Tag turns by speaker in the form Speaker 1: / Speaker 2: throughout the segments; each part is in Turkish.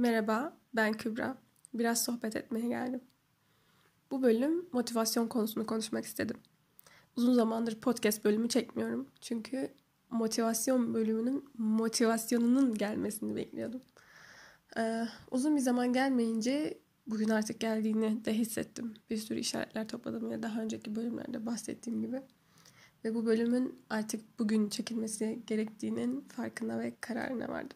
Speaker 1: Merhaba, ben Kübra. Biraz sohbet etmeye geldim. Bu bölüm motivasyon konusunu konuşmak istedim. Uzun zamandır podcast bölümü çekmiyorum. Çünkü motivasyon bölümünün motivasyonunun gelmesini bekliyordum. Uzun bir zaman gelmeyince bugün artık geldiğini de hissettim. Bir sürü işaretler topladım ya daha önceki bölümlerde bahsettiğim gibi. Ve bu bölümün artık bugün çekilmesi gerektiğinin farkına ve kararına vardım.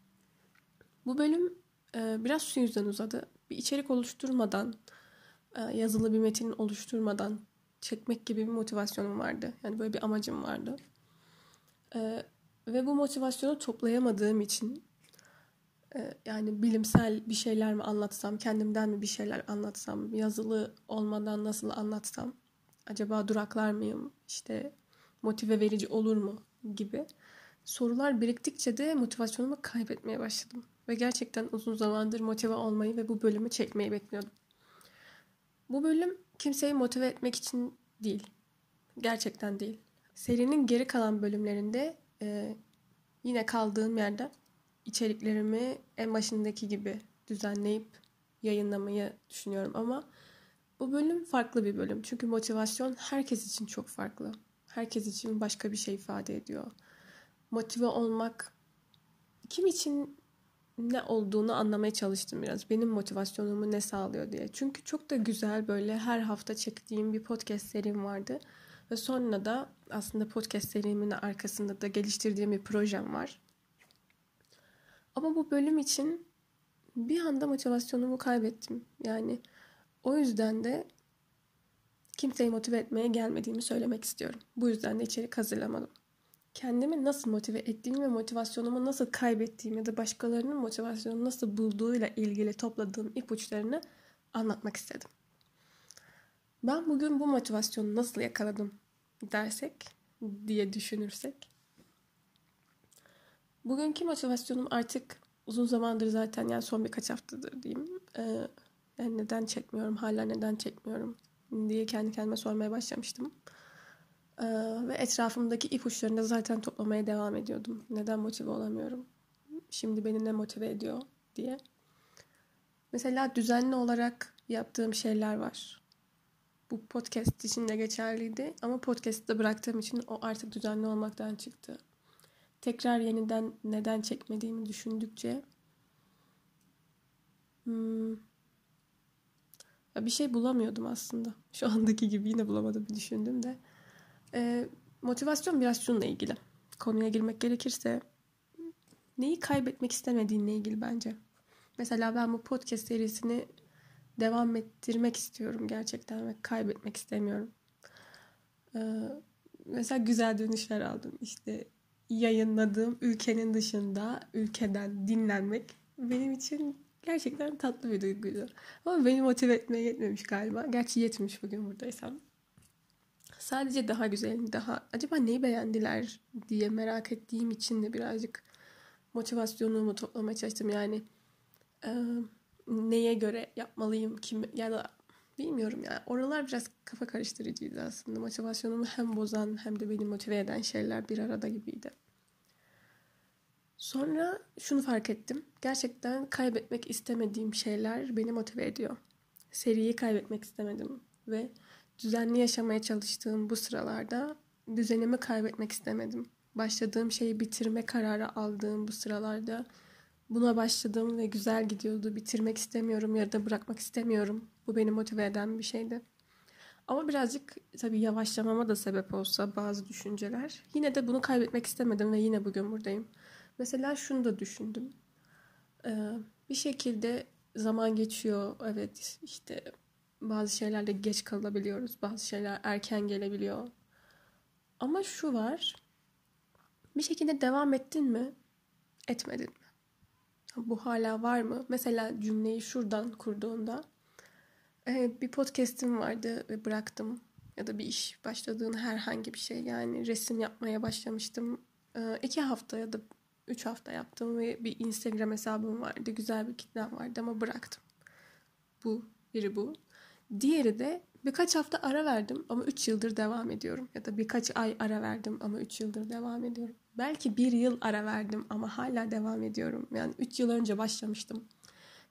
Speaker 1: Bu bölüm biraz şu yüzden uzadı. Bir içerik oluşturmadan, yazılı bir metin oluşturmadan çekmek gibi bir motivasyonum vardı. Yani böyle bir amacım vardı. Ve bu motivasyonu toplayamadığım için yani bilimsel bir şeyler mi anlatsam, kendimden mi bir şeyler anlatsam, yazılı olmadan nasıl anlatsam, acaba duraklar mıyım, işte motive verici olur mu gibi sorular biriktikçe de motivasyonumu kaybetmeye başladım. Ve gerçekten uzun zamandır motive olmayı ve bu bölümü çekmeyi bekliyordum. Bu bölüm kimseyi motive etmek için değil. Gerçekten değil. Serinin geri kalan bölümlerinde yine kaldığım yerde içeriklerimi en başındaki gibi düzenleyip yayınlamayı düşünüyorum. Ama bu bölüm farklı bir bölüm. Çünkü motivasyon herkes için çok farklı. Herkes için başka bir şey ifade ediyor. Motive olmak kim için ne olduğunu anlamaya çalıştım biraz. Benim motivasyonumu ne sağlıyor diye. Çünkü çok da güzel böyle her hafta çektiğim bir podcast serim vardı. Ve sonra da aslında podcast serimin arkasında da geliştirdiğim bir projem var. Ama bu bölüm için bir anda motivasyonumu kaybettim. Yani o yüzden de kimseyi motive etmeye gelmediğimi söylemek istiyorum. Bu yüzden de içerik hazırlamadım. Kendimi nasıl motive ettiğimi ve motivasyonumu nasıl kaybettiğimi ya da başkalarının motivasyonunu nasıl bulduğuyla ilgili topladığım ipuçlarını anlatmak istedim. Ben bugün bu motivasyonu nasıl yakaladım dersek diye düşünürsek. Bugünkü motivasyonum artık uzun zamandır zaten yani son birkaç haftadır diyeyim. Yani neden çekmiyorum, hala neden çekmiyorum diye kendi kendime sormaya başlamıştım. Ve etrafımdaki ipuçlarını da zaten toplamaya devam ediyordum. Neden motive olamıyorum? Şimdi beni ne motive ediyor diye. Mesela düzenli olarak yaptığım şeyler var. Bu podcast için de geçerliydi ama podcast'ı da bıraktığım için o artık düzenli olmaktan çıktı. Tekrar yeniden neden çekmediğimi düşündükçe bir şey bulamıyordum aslında. Şu andaki gibi yine bulamadım düşündüm de. Motivasyon biraz şununla ilgili. Konuya girmek gerekirse neyi kaybetmek istemediğinle ilgili bence. Mesela ben bu podcast serisini devam ettirmek istiyorum gerçekten ve kaybetmek istemiyorum. Mesela güzel dönüşler aldım. İşte yayınladığım ülkenin dışında ülkeden dinlenmek benim için gerçekten tatlı bir duyguydu. Ama beni motive etmeye yetmemiş galiba. Gerçi yetmiş bugün buradaysam. Sadece daha güzel, daha acaba neyi beğendiler diye merak ettiğim için de birazcık motivasyonumu toplamaya çalıştım. Yani neye göre yapmalıyım, kim ya da bilmiyorum ya. Oralar biraz kafa karıştırıcıydı aslında. Motivasyonumu hem bozan hem de beni motive eden şeyler bir arada gibiydi. Sonra şunu fark ettim. Gerçekten kaybetmek istemediğim şeyler beni motive ediyor. Seriyi kaybetmek istemedim ve düzenli yaşamaya çalıştığım bu sıralarda düzenimi kaybetmek istemedim. Başladığım şeyi bitirme kararı aldığım bu sıralarda buna başladım ve güzel gidiyordu. Bitirmek istemiyorum ya da bırakmak istemiyorum. Bu beni motive eden bir şeydi. Ama birazcık tabii yavaşlamama da sebep olsa bazı düşünceler. Yine de bunu kaybetmek istemedim ve yine bugün buradayım. Mesela şunu da düşündüm. Bir şekilde zaman geçiyor. Evet işte bazı şeylerde geç kalabiliyoruz. Bazı şeyler erken gelebiliyor. Ama şu var. Bir şekilde devam ettin mi? Etmedin mi? Bu hala var mı? Mesela cümleyi şuradan kurduğunda bir podcast'im vardı ve bıraktım. Ya da bir iş başladığın herhangi bir şey. Yani resim yapmaya başlamıştım. 2 hafta ya da 3 hafta yaptım ve bir Instagram hesabım vardı. Güzel bir kitlem vardı ama bıraktım. Biri bu. Diğeri de birkaç hafta ara verdim ama 3 yıldır devam ediyorum. Ya da birkaç ay ara verdim ama 3 yıldır devam ediyorum. Belki 1 yıl ara verdim ama hala devam ediyorum. Yani 3 yıl önce başlamıştım.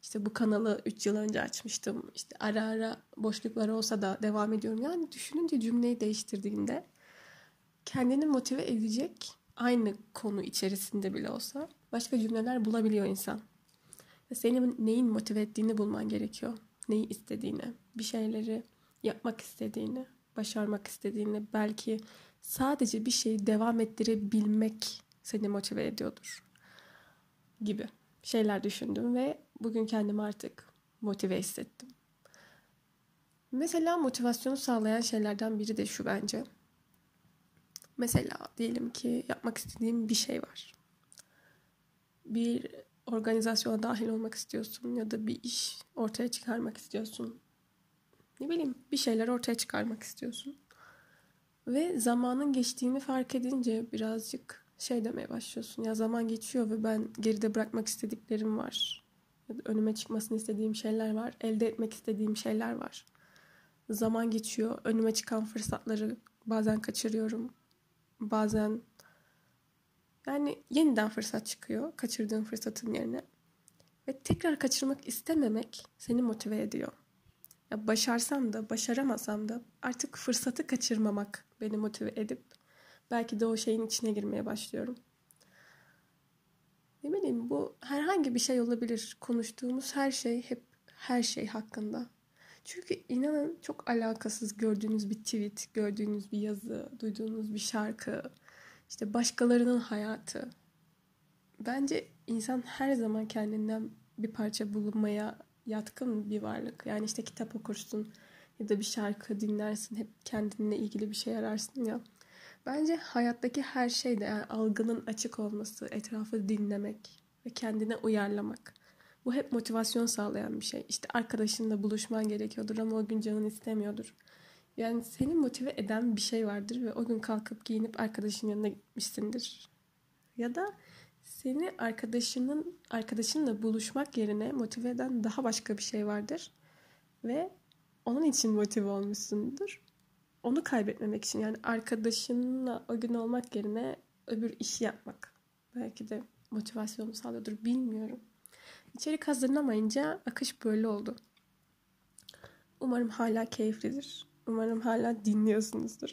Speaker 1: İşte bu kanalı 3 yıl önce açmıştım. İşte ara ara boşluklar olsa da devam ediyorum. Yani düşününce cümleyi değiştirdiğinde kendini motive edecek aynı konu içerisinde bile olsa başka cümleler bulabiliyor insan. Senin neyin motive ettiğini bulman gerekiyor. Neyi istediğini, bir şeyleri yapmak istediğini, başarmak istediğini, belki sadece bir şeyi devam ettirebilmek seni motive ediyordur gibi şeyler düşündüm ve bugün kendimi artık motive hissettim. Mesela motivasyonu sağlayan şeylerden biri de şu bence. Mesela diyelim ki yapmak istediğim bir şey var. Bir organizasyona dahil olmak istiyorsun ya da bir iş ortaya çıkarmak istiyorsun. Ne bileyim, bir şeyler ortaya çıkarmak istiyorsun. Ve zamanın geçtiğini fark edince birazcık şey demeye başlıyorsun. Ya zaman geçiyor ve ben geride bırakmak istediklerim var. Ya da önüme çıkmasını istediğim şeyler var. Elde etmek istediğim şeyler var. Zaman geçiyor. Önüme çıkan fırsatları bazen kaçırıyorum. Bazen yani yeniden fırsat çıkıyor kaçırdığım fırsatın yerine. Ve tekrar kaçırmak istememek seni motive ediyor. Ya başarsam da başaramasam da artık fırsatı kaçırmamak beni motive edip belki de o şeyin içine girmeye başlıyorum. Ne bileyim, bu herhangi bir şey olabilir. Konuştuğumuz her şey hep her şey hakkında. Çünkü inanın çok alakasız gördüğünüz bir tweet, gördüğünüz bir yazı, duyduğunuz bir şarkı, işte başkalarının hayatı. Bence insan her zaman kendinden bir parça bulunmaya yatkın bir varlık. Yani işte kitap okursun ya da bir şarkı dinlersin, hep kendinle ilgili bir şey ararsın ya. Bence hayattaki her şeyde, yani algının açık olması, etrafı dinlemek ve kendine uyarlamak. Bu hep motivasyon sağlayan bir şey. İşte arkadaşınla buluşman gerekiyordur ama o gün canın istemiyordur. Yani seni motive eden bir şey vardır ve o gün kalkıp giyinip arkadaşın yanına gitmişsindir. Ya da seni arkadaşınla buluşmak yerine motive eden daha başka bir şey vardır ve onun için motive olmuşsundur. Onu kaybetmemek için, yani arkadaşınla o gün olmak yerine öbür işi yapmak belki de motivasyonu sağlıyordur, bilmiyorum. İçerik hazırlamayınca akış böyle oldu. Umarım hala keyiflidir. Umarım hala dinliyorsunuzdur.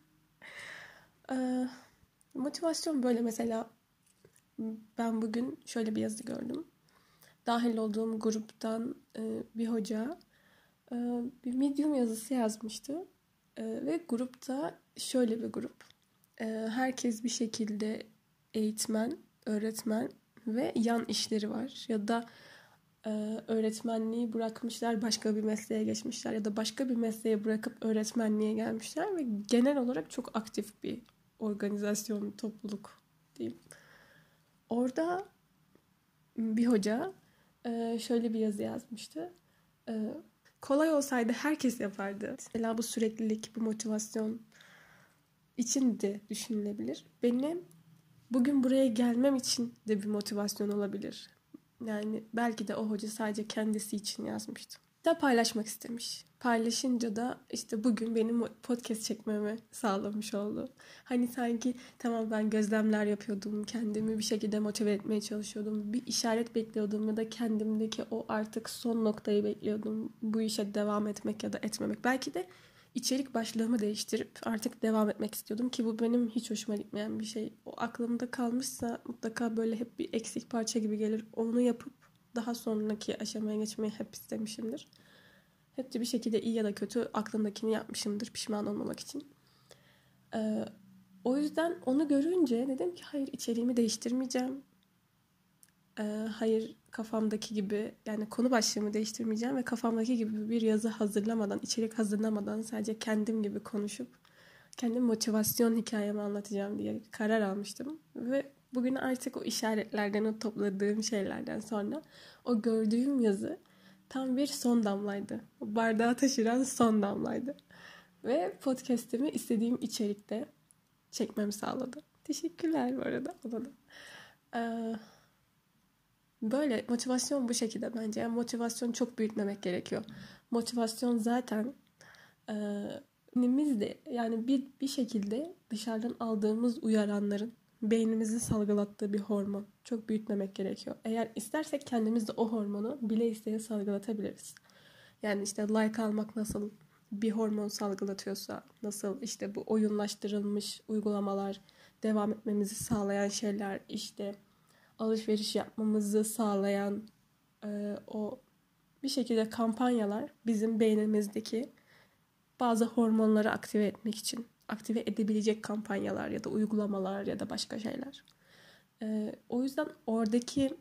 Speaker 1: Motivasyon böyle. Mesela ben bugün şöyle bir yazı gördüm. Dahil olduğum gruptan bir hoca bir Medium yazısı yazmıştı. Ve grupta şöyle bir grup. Herkes bir şekilde eğitmen, öğretmen ve yan işleri var. Ya da öğretmenliği bırakmışlar, başka bir mesleğe geçmişler ya da başka bir mesleğe bırakıp öğretmenliğe gelmişler ve genel olarak çok aktif bir organizasyon, topluluk diyeyim. Orada bir hoca şöyle bir yazı yazmıştı. Kolay olsaydı herkes yapardı. Mesela bu süreklilik, bu motivasyon için de düşünülebilir. Benim bugün buraya gelmem için de bir motivasyon olabilir. Yani belki de o hoca sadece kendisi için yazmıştı. Da paylaşmak istemiş. Paylaşınca da işte bugün benim podcast çekmemi sağlamış oldu. Hani sanki tamam, ben gözlemler yapıyordum, kendimi bir şekilde motive etmeye çalışıyordum. Bir işaret bekliyordum ya da kendimdeki o artık son noktayı bekliyordum. Bu işe devam etmek ya da etmemek. Belki de içerik başlığımı değiştirip artık devam etmek istiyordum ki bu benim hiç hoşuma gitmeyen bir şey. O aklımda kalmışsa mutlaka böyle hep bir eksik parça gibi gelir. Onu yapıp daha sonraki aşamaya geçmeyi hep istemişimdir. Hep de bir şekilde iyi ya da kötü aklımdakini yapmışımdır pişman olmamak için. O yüzden onu görünce dedim ki hayır, içeriğimi değiştirmeyeceğim. Hayır, kafamdaki gibi, yani konu başlığımı değiştirmeyeceğim ve kafamdaki gibi bir yazı hazırlamadan, içerik hazırlamadan sadece kendim gibi konuşup kendim motivasyon hikayemi anlatacağım diye karar almıştım. Ve bugün artık o işaretlerden, o topladığım şeylerden sonra o gördüğüm yazı tam bir son damlaydı. O bardağı taşıran son damlaydı. Ve podcast'imi istediğim içerikte çekmemi sağladı. Teşekkürler bu arada ona da. Böyle motivasyon bu şekilde bence. Yani motivasyon çok büyütmemek gerekiyor. Motivasyon zaten önümüzde, yani bir şekilde dışarıdan aldığımız uyaranların beynimizin salgılattığı bir hormon. Çok büyütmemek gerekiyor. Eğer istersek kendimiz de o hormonu bile isteye salgılatabiliriz. Yani işte like almak nasıl bir hormon salgılatıyorsa, nasıl işte bu oyunlaştırılmış uygulamalar, devam etmemizi sağlayan şeyler, işte alışveriş yapmamızı sağlayan o bir şekilde kampanyalar bizim beynimizdeki bazı hormonları aktive etmek için aktive edebilecek kampanyalar ya da uygulamalar ya da başka şeyler. O yüzden oradaki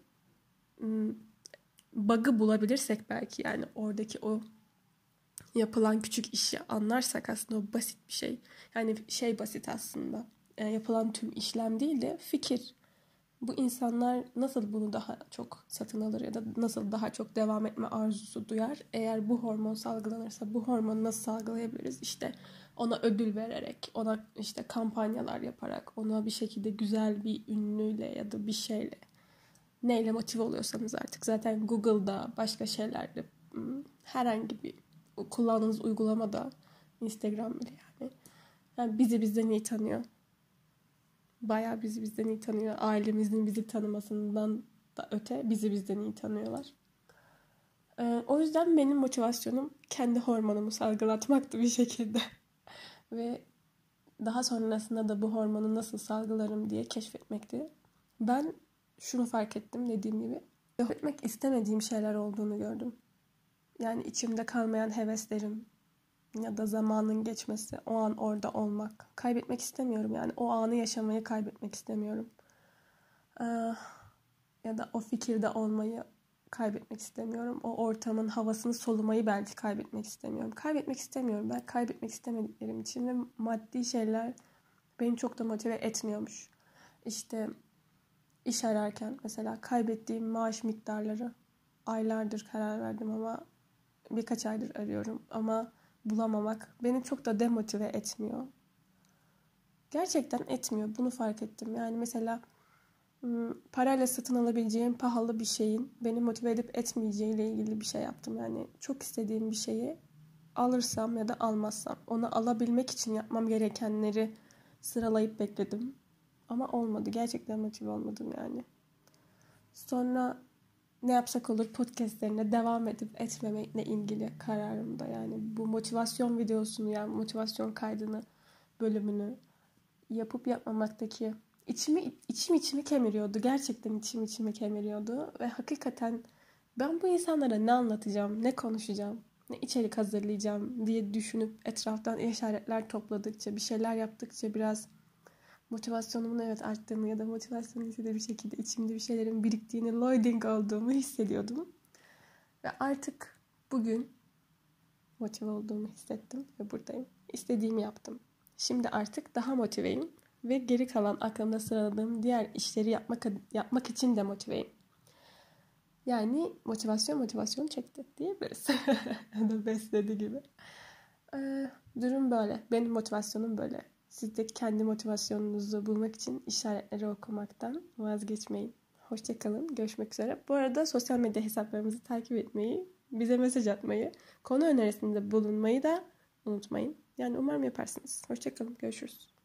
Speaker 1: bug'ı bulabilirsek belki, yani oradaki o yapılan küçük işi anlarsak aslında o basit bir şey. Yani şey basit aslında. Yapılan tüm işlem değil de fikir. Bu insanlar nasıl bunu daha çok satın alır ya da nasıl daha çok devam etme arzusu duyar? Eğer bu hormon salgılanırsa bu hormonu nasıl salgılayabiliriz? İşte ona ödül vererek, ona işte kampanyalar yaparak, ona bir şekilde güzel bir ünlüyle ya da bir şeyle, neyle motive oluyorsanız artık. Zaten Google'da, başka şeylerde, herhangi bir kullandığınız uygulamada, Instagram bile yani. Yani bizi bizden iyi tanıyor. Bayağı bizi bizden iyi tanıyor. Ailemizin bizi tanımasından da öte bizi bizden iyi tanıyorlar. O yüzden benim motivasyonum kendi hormonumu salgılatmaktı bir şekilde. Ve daha sonrasında da bu hormonu nasıl salgılarım diye keşfetmekti. Ben şunu fark ettim, dediğim gibi. Kaybetmek istemediğim şeyler olduğunu gördüm. Yani içimde kalmayan heveslerim ya da zamanın geçmesi, o an orada olmak. Kaybetmek istemiyorum yani. O anı yaşamayı kaybetmek istemiyorum. Ya da o fikirde olmayı kaybetmek istemiyorum. O ortamın havasını solumayı belki kaybetmek istemiyorum. Kaybetmek istemiyorum. Ben kaybetmek istemediklerim için ve maddi şeyler beni çok da motive etmiyormuş. İşte iş ararken mesela kaybettiğim maaş miktarları, aylardır karar verdim ama birkaç aydır arıyorum ama bulamamak beni çok da demotive etmiyor. Gerçekten etmiyor. Bunu fark ettim. Yani mesela parayla satın alabileceğim pahalı bir şeyin beni motive edip etmeyeceğiyle ilgili bir şey yaptım. Yani çok istediğim bir şeyi alırsam ya da almazsam, onu alabilmek için yapmam gerekenleri sıralayıp bekledim. Ama olmadı. Gerçekten motive olmadım yani. Sonra ne yapsak olur podcastlerine devam edip etmemekle ilgili kararımda. Yani bu motivasyon videosunu, yani motivasyon kaydını, bölümünü yapıp yapmamaktaki içimi kemiriyordu. Gerçekten içimi kemiriyordu. Ve hakikaten ben bu insanlara ne anlatacağım, ne konuşacağım, ne içerik hazırlayacağım diye düşünüp etraftan işaretler topladıkça, bir şeyler yaptıkça biraz motivasyonumun arttığını ya da motivasyonun ise de bir şekilde içimde bir şeylerin biriktiğini, loading olduğumu hissediyordum. Ve artık bugün motive olduğumu hissettim ve buradayım. İstediğimi yaptım. Şimdi artık daha motiveyim ve geri kalan aklımda sıraladığım diğer işleri yapmak için de motiveyim. Yani motivasyon çekti diyebiliriz. da besledi gibi. Durum böyle. Benim motivasyonum böyle. Siz de kendi motivasyonunuzu bulmak için işaretleri okumaktan vazgeçmeyin. Hoşça kalın. Görüşmek üzere. Bu arada sosyal medya hesaplarımızı takip etmeyi, bize mesaj atmayı, konu önerisinde bulunmayı da unutmayın. Yani umarım yaparsınız. Hoşça kalın. Görüşürüz.